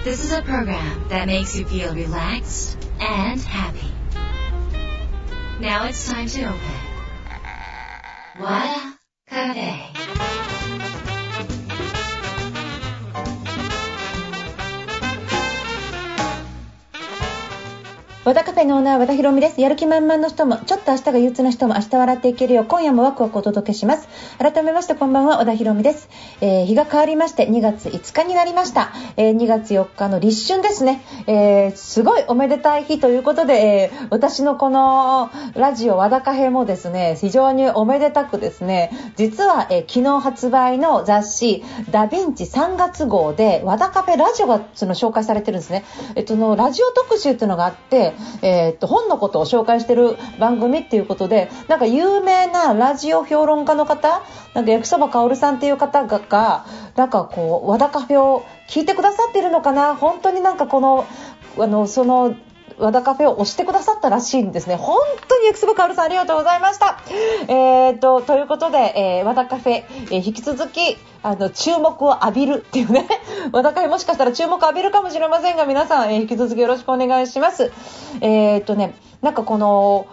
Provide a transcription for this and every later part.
This is a program that makes you feel relaxed and happy. Now it's time to open Wada Cafe. 和田カフェのオーナー和田博美です。やる気満々の人もちょっと明日が憂鬱な人も明日笑っていけるよう今夜もワクワクお届けします。改めましてこんばんは、和田博美です。日が変わりまして2月5日になりました。2月4日の立春ですね。すごいおめでたい日ということで、私のこのラジオ和田カフェもですね非常におめでたくですね、実は、昨日発売の雑誌ダヴィンチ3月号で和田カフェラジオが紹介されてるんですね。ラジオ特集っていうのがあって、本のことを紹介してる番組っていうことで、なんか有名なラジオ評論家の方、なんか焼きそばかおるさんっていう方がなんかこう和田カフェを聞いてくださってるのかな、本当になんかその和田カフェを推してくださったらしいんですね。本当に焼きそばかおるさんありがとうございました。ということで、和田カフェ、引き続き注目を浴びるっていうね和田カフェもしかしたら注目を浴びるかもしれませんが、皆さん、引き続きよろしくお願いします。なんかこの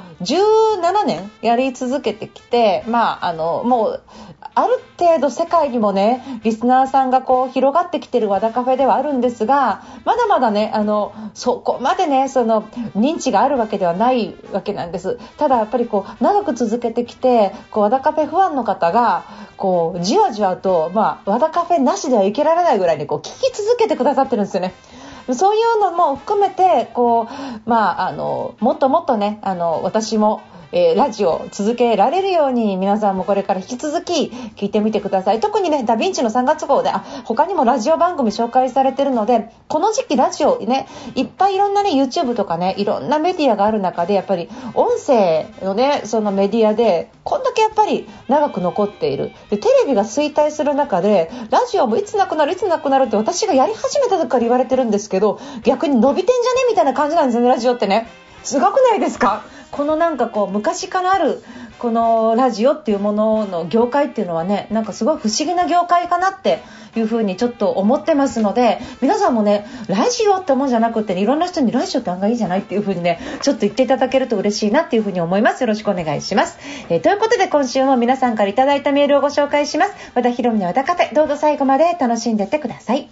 17年やり続けてきて、もうある程度世界にもねリスナーさんがこう広がってきてる和田カフェではあるんですが、まだまだねそこまでね認知があるわけではないわけなんです。ただやっぱりこう長く続けてきて和田カフェファンの方がこうじわじわと、和田カフェなしでは生きられないぐらいにこう聞き続けてくださってるんですよね。そういうのも含めてもっともっとね私もラジオを続けられるように皆さんもこれから引き続き聞いてみてください。特にねダヴィンチの3月号で他にもラジオ番組紹介されてるので、この時期ラジオねいっぱいいろんなね YouTube とかねいろんなメディアがある中で、やっぱり音声のねそのメディアでこんだけやっぱり長く残っている。でテレビが衰退する中でラジオもいつなくなるって私がやり始めた時から言われてるんですけど、逆に伸びてんじゃねみたいな感じなんですよね。ラジオってねすごくないですか。このなんかこう昔からあるこのラジオっていうものの業界っていうのはね、なんかすごい不思議な業界かなっていうふうにちょっと思ってますので、皆さんもねラジオって思うんじゃなくて、ね、いろんな人にラジオって案外いいじゃないっていうふうにねちょっと言っていただけると嬉しいなっていうふうに思います。よろしくお願いします。ということで今週も皆さんからいただいたメールをご紹介します。和田博美の和田カフェ、どうぞ最後まで楽しんでってください。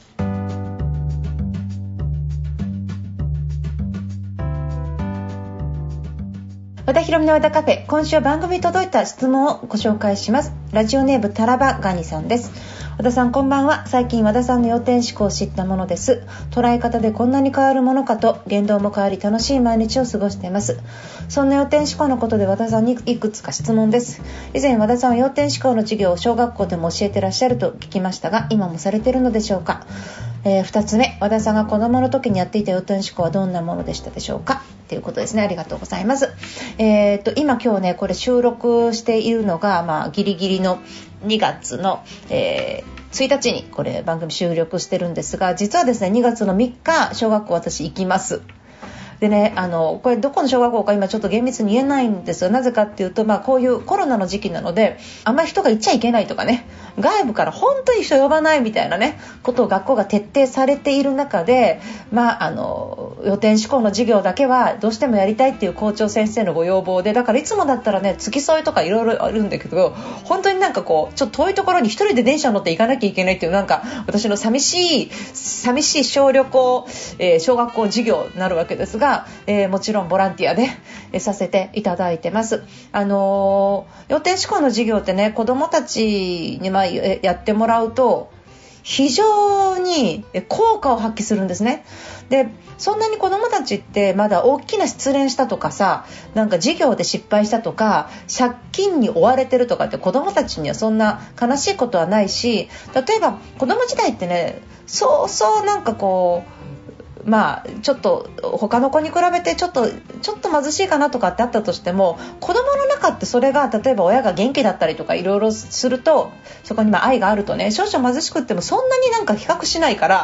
和田博美の和田カフェ、今週は番組に届いた質問をご紹介します。ラジオネームタラバガニさんです。和田さんこんばんは。最近和田さんの要点思考を知ったものです。捉え方でこんなに変わるものかと、言動も変わり楽しい毎日を過ごしています。そんな要点思考のことで和田さんにいくつか質問です。以前和田さんは要点思考の授業を小学校でも教えてらっしゃると聞きましたが、今もされているのでしょうか。2つ目、和田さんが子供の時にやっていた要点思考はどんなものでしたでしょうかということですね。ありがとうございます。今日ねこれ収録しているのが、ギリギリの2月の、1日にこれ番組収録してるんですが、実はですね2月の3日小学校私行きます。でねこれどこの小学校か今ちょっと厳密に言えないんですよ。なぜかっていうと、こういうコロナの時期なのであんまり人が行っちゃいけないとかね、外部から本当に人呼ばないみたいなねことを学校が徹底されている中で、予定思考の授業だけはどうしてもやりたいっていう校長先生のご要望で、だからいつもだったらね付き添いとかいろいろあるんだけど、本当になんかこうちょっと遠いところに一人で電車乗って行かなきゃいけないっていう、なんか私の寂しい小旅行、小学校授業になるわけですが、もちろんボランティアで、させていただいてます。予定思考の授業ってね子どもたちにやってもらうと非常に効果を発揮するんですね。でそんなに子どもたちってまだ大きな失恋したとかさ、なんか授業で失敗したとか借金に追われてるとかって子どもたちにはそんな悲しいことはないし、例えば子ども時代ってねそうなんかこうちょっと他の子に比べてちょっと貧しいかなとかってあったとしても、子供の中ってそれが例えば親が元気だったりとかいろいろすると、そこに愛があるとね少々貧しくってもそんなになんか比較しないから、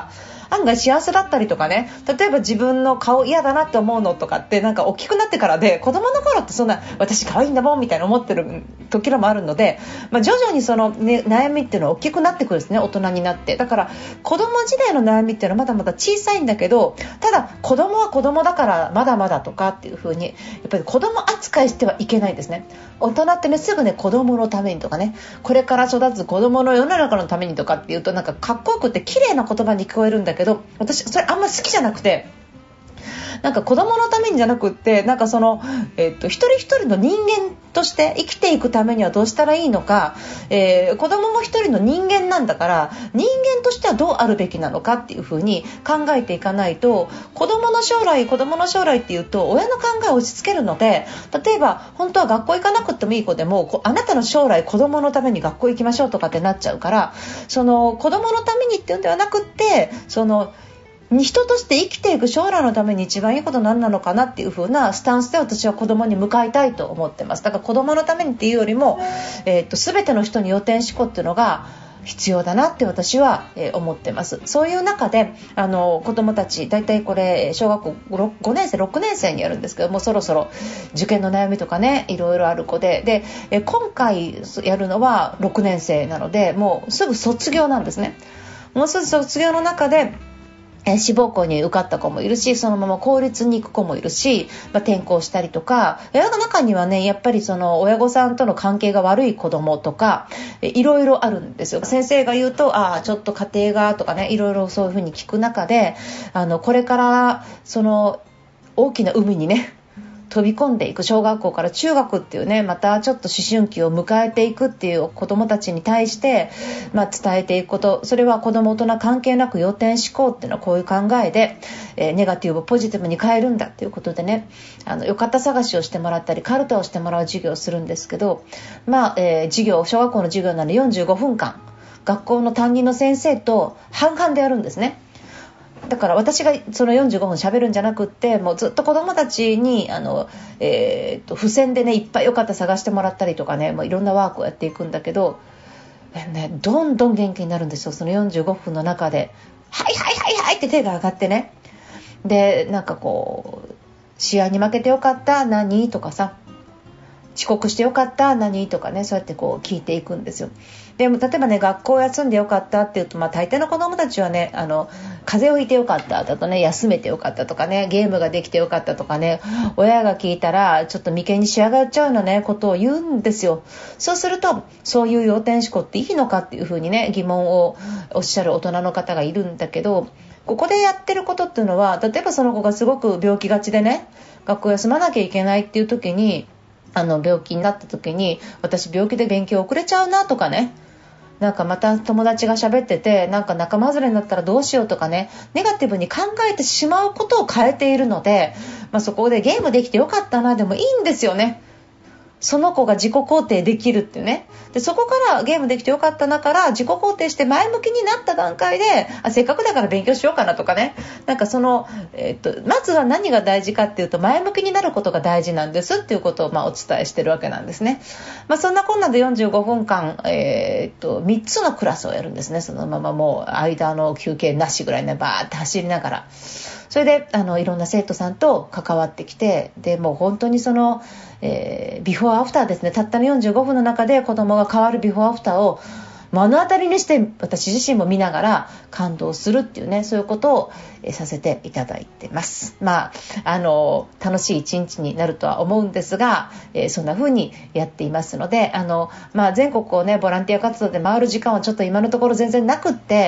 案外幸せだったりとかね、例えば自分の顔嫌だなって思うのとかってなんか大きくなってからで、子供の頃ってそんな私可愛いんだもんみたいな思ってる時もあるので、徐々にその、ね、悩みっていうのは大きくなってくるんですね、大人になって。だから子供時代の悩みっていうのはまだまだ小さいんだけど、ただ子供は子供だからまだまだとかっていう風にやっぱり子供扱いしてはいけないんですね。大人ってね、すぐね、子供のためにとかね、これから育つ子供の世の中のためにとかっていうとなんかかっこよくて綺麗な言葉に聞こえるんだけど、私それあんま好きじゃなくて、なんか子供のためにじゃなくって、なんかその、一人一人の人間として生きていくためにはどうしたらいいのか、子供も一人の人間なんだから人間としてはどうあるべきなのかっていう風に考えていかないと、子供の将来っていうと親の考えを押し付けるので、例えば本当は学校行かなくてもいい子でも、あなたの将来子供のために学校行きましょうとかってなっちゃうから、その子供のためにっていうんではなくって、その人として生きていく将来のために一番いいこと何なのかなっていう風なスタンスで私は子供に向かいたいと思ってます。だから子供のためにっていうよりも、全ての人に予定思考っていうのが必要だなって私は思ってます。そういう中で子供たち、だいたいこれ小学校5年生6年生にやるんですけども、そろそろ受験の悩みとかね、いろいろある子で、今回やるのは6年生なので、もうすぐ卒業なんですね。もうすぐ卒業の中で志望校に受かった子もいるし、そのまま公立に行く子もいるし、転校したりとか、親の中にはね、やっぱりその親御さんとの関係が悪い子供とかいろいろあるんですよ。先生が言うと、ちょっと家庭がとかね、いろいろそういうふうに聞く中で、これからその大きな海にね飛び込んでいく、小学校から中学っていうね、またちょっと思春期を迎えていくっていう子どもたちに対して、伝えていくこと、それは子ども大人関係なく要点思考っていうのはこういう考えで、ネガティブをポジティブに変えるんだっていうことでね、よかった探しをしてもらったりカルタをしてもらう授業をするんですけど、小学校の授業なので45分間学校の担任の先生と半々でやるんですね。だから私がその45分喋るんじゃなくって、もうずっと子どもたちに付箋でねいっぱいよかった探してもらったりとかね、もういろんなワークをやっていくんだけど、どんどん元気になるんですよ。その45分の中ではいはいはいはいって手が上がってね、でなんかこう、試合に負けてよかった何とかさ、遅刻してよかった何とかね、そうやってこう聞いていくんですよ。でも例えばね、学校休んでよかったっていうと、大抵の子どもたちはね、風邪をひいてよかっただとね、休めてよかったとかね、ゲームができてよかったとかね、親が聞いたらちょっと眉間に仕上がっちゃうようなねことを言うんですよ。そうすると、そういう要点思考っていいのかっていうふうにね疑問をおっしゃる大人の方がいるんだけど、ここでやってることっていうのは、例えばその子がすごく病気がちでね、学校休まなきゃいけないっていう時に、病気になった時に、私病気で勉強遅れちゃうなとかね、なんかまた友達が喋っててなんか仲間外れになったらどうしようとかね、ネガティブに考えてしまうことを変えているので、そこでゲームできてよかったなでもいいんですよね。その子が自己肯定できるっていうね。でそこからゲームできてよかったなから自己肯定して前向きになった段階で、せっかくだから勉強しようかなとかね、なんかその、まずは何が大事かっていうと、前向きになることが大事なんですっていうことをお伝えしてるわけなんですね。そんなこんなで45分間、3つのクラスをやるんですね。そのままもう間の休憩なしぐらいね、バーって走りながら、それでいろんな生徒さんと関わってきて、でもう本当にその、ビフォーアフターですね、たったの45分の中で子供が変わるビフォーアフターを目の当たりにして私自身も見ながら感動するっていうね、そういうことをさせていただいてます。楽しい一日になるとは思うんですが、そんな風にやっていますので、全国をねボランティア活動で回る時間はちょっと今のところ全然なくって、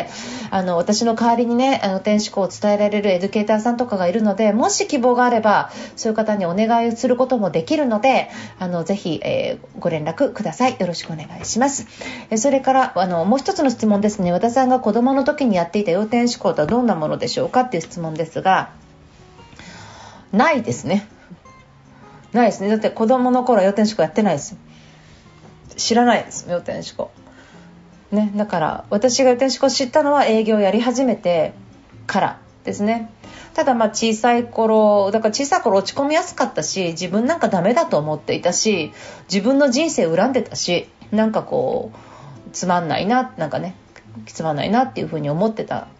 私の代わりにね天使校を伝えられるエデュケーターさんとかがいるので、もし希望があればそういう方にお願いすることもできるので、ぜひ、ご連絡ください。よろしくお願いします。それからもう一つの質問ですね。和田さんが子供の時にやっていた要点思考とはどんなものでしょうかっていう質問ですが、ないですね。ないですね。だって子供の頃は要点思考やってないですよ。知らないです要点思考ね。だから私が要点思考を知ったのは営業をやり始めてからですね。ただ小さい頃落ち込みやすかったし、自分なんかダメだと思っていたし、自分の人生恨んでたし、つまんないなっていうふうに思ってた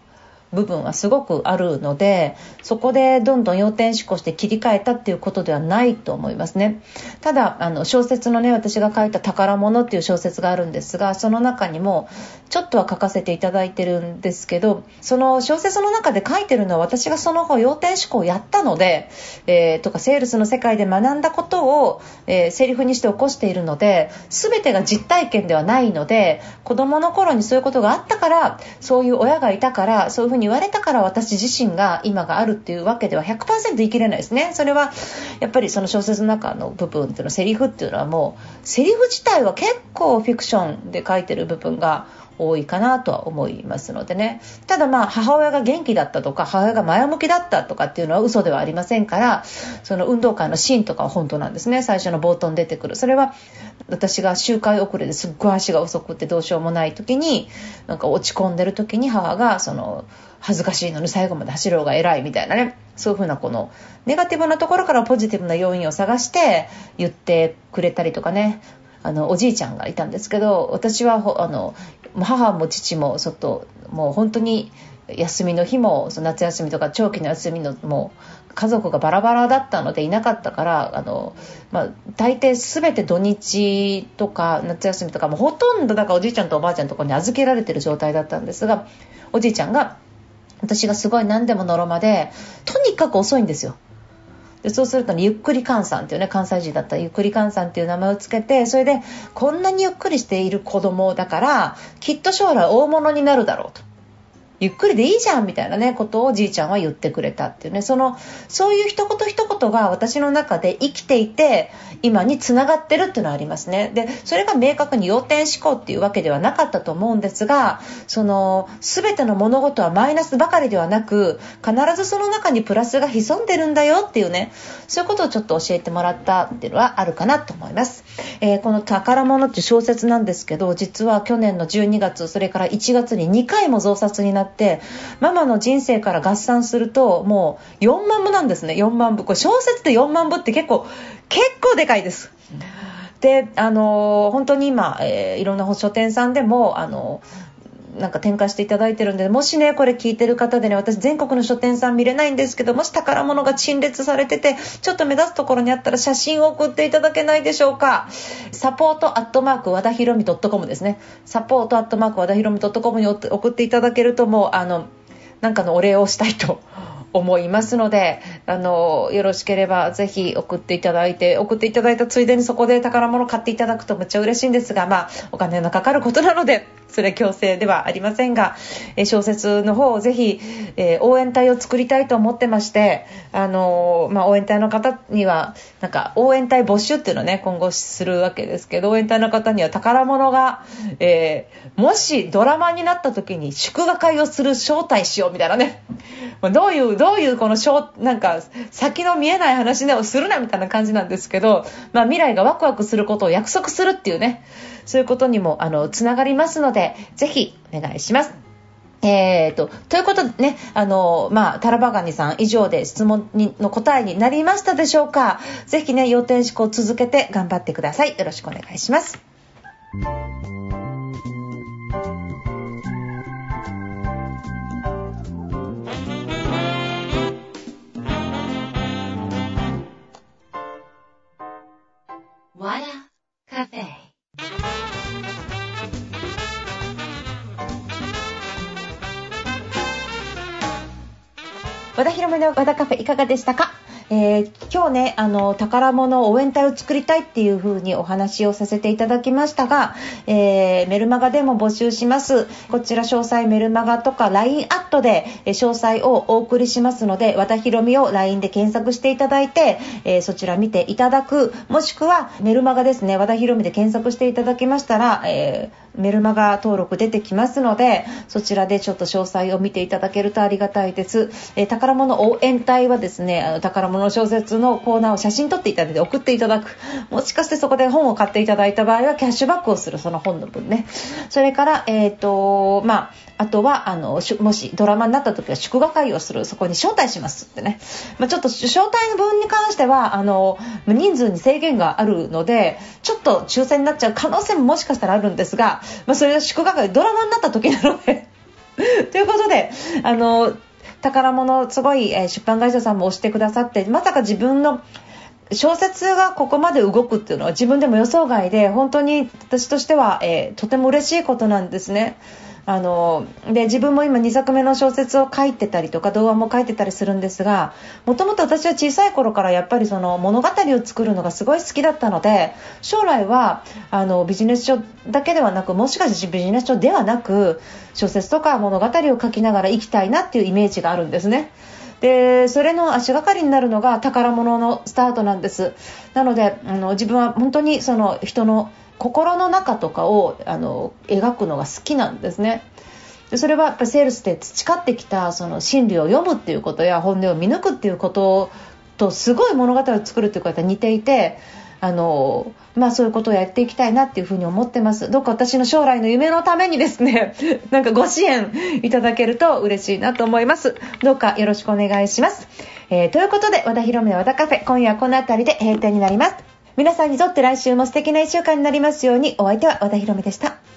部分はすごくあるので、そこでどんどん要点思考して切り替えたっていうことではないと思いますね。ただ小説のね、私が書いた宝物っていう小説があるんですが、その中にもちょっとは書かせていただいてるんですけど、その小説の中で書いてるのは私がその後要点思考をやったので、とかセールスの世界で学んだことを、セリフにして起こしているので、全てが実体験ではないので、子供の頃にそういうことがあったから、そういう親がいたから、そういうふうに言われたから私自身が今があるっていうわけでは 100% 言い切れないですね。それはやっぱりその小説の中の部分っていうの、セリフっていうのはもうセリフ自体は結構フィクションで書いてる部分が多いかなとは思いますのでね。ただ母親が元気だったとか母親が前向きだったとかっていうのは嘘ではありませんから、その運動会のシーンとかは本当なんですね。最初の冒頭に出てくる、それは私が周回遅れですっごい足が遅くってどうしようもない時に、なんか落ち込んでる時に母が恥ずかしいのに最後まで走ろうが偉いみたいなね、そういう風なこのネガティブなところからポジティブな要因を探して言ってくれたりとかね。おじいちゃんがいたんですけど、私は母も父ももう本当に休みの日も夏休みとか長期の休みのもう家族がバラバラだったのでいなかったから、大抵全て土日とか夏休みとかもほとんどだからおじいちゃんとおばあちゃんのところに預けられてる状態だったんですが、おじいちゃんが私がすごい何でものろまでとにかく遅いんですよ。でそうすると、ゆっくり換算っていうね、関西人だったらゆっくり換算っていう名前をつけて、それでこんなにゆっくりしている子供だからきっと将来大物になるだろうと、ゆっくりでいいじゃんみたいなねことをじいちゃんは言ってくれたっていうね、そういう一言一言が私の中で生きていて今につながってるっていうのはありますね。でそれが明確に要点思考っていうわけではなかったと思うんですが、全ての物事はマイナスばかりではなく、必ずその中にプラスが潜んでるんだよっていうね、そういうことをちょっと教えてもらったっていうのはあるかなと思います。この宝物っていう小説なんですけど、実は去年の12月それから1月に2回も増刷になって、ママの人生から合算するともう4万部なんですね。4万部、これ小説で4万部って結構でかいです。で本当に今、いろんな書店さんでもなんか展開していただいてるんで、もしねこれ聞いてる方でね、私全国の書店さん見れないんですけど、もし宝物が陳列されててちょっと目立つところにあったら写真を送っていただけないでしょうか。support@ 和田ひろみ .com ですね。support@ 和田ひろみ .com に送っていただけると、もうなんかのお礼をしたいと思いますので、よろしければぜひ送っていただいたついでにそこで宝物買っていただくとめっちゃ嬉しいんですが、お金のかかることなのでそれ強制ではありませんが、小説の方をぜひ、応援隊を作りたいと思ってまして、応援隊の方にはなんか応援隊募集っていうのをね今後するわけですけど、応援隊の方には宝物が、もしドラマになった時に祝賀会をする招待しようみたいなね、どういうこのなんか先の見えない話をするなみたいな感じなんですけど、未来がワクワクすることを約束するっていうね、そういうことにもつながりますので、ぜひお願いします。ということでね、タラバガニさん以上で質問の答えになりましたでしょうか。ぜひね要点思考を続けて頑張ってください。よろしくお願いします。 和田カフェ。 和田ひろみの和田カフェいかがでしたか。今日ね宝物応援隊を作りたいっていう風にお話をさせていただきましたが、メルマガでも募集します。こちら詳細メルマガとか LINE アットで詳細をお送りしますので、和田ひろみを LINE で検索していただいて、そちら見ていただく、もしくはメルマガですね、和田ひろみで検索していただきましたら、メルマガ登録出てきますので、そちらでちょっと詳細を見ていただけるとありがたいです。宝物応援隊はですね、宝物小説のコーナーを写真撮っていただいて送っていただく、もしかしてそこで本を買っていただいた場合はキャッシュバックをする、その本の分ね。それからあとはもしドラマになった時は祝賀会をする、そこに招待しますってね。ちょっと招待の分に関しては人数に制限があるので、ちょっと抽選になっちゃう可能性ももしかしたらあるんですが、それは祝賀会ドラマになった時なのでとということで宝物すごい、出版会社さんも押してくださって、まさか自分の小説がここまで動くっていうのは自分でも予想外で、本当に私としては、とても嬉しいことなんですね。で自分も今2作目の小説を書いてたりとか童話も書いてたりするんですが、もともと私は小さい頃からやっぱりその物語を作るのがすごい好きだったので、将来はビジネス書だけではなく、もしかしてビジネス書ではなく小説とか物語を書きながら生きたいなっていうイメージがあるんですね。でそれの足がかりになるのが宝物のスタートなんです。なので自分は本当にその人の心の中とかを描くのが好きなんですね。でそれはやっぱりセールスで培ってきたその心理を読むっていうことや本音を見抜くっていうこととすごい物語を作るっていうことは似ていて、そういうことをやっていきたいなっていうふうに思ってます。どうか私の将来の夢のためにですねなんかご支援いただけると嬉しいなと思います。どうかよろしくお願いします。ということで和田博美の和田カフェ、今夜はこの辺りで閉店になります。皆さんにとって来週も素敵な1週間になりますように。お相手は和田博美でした。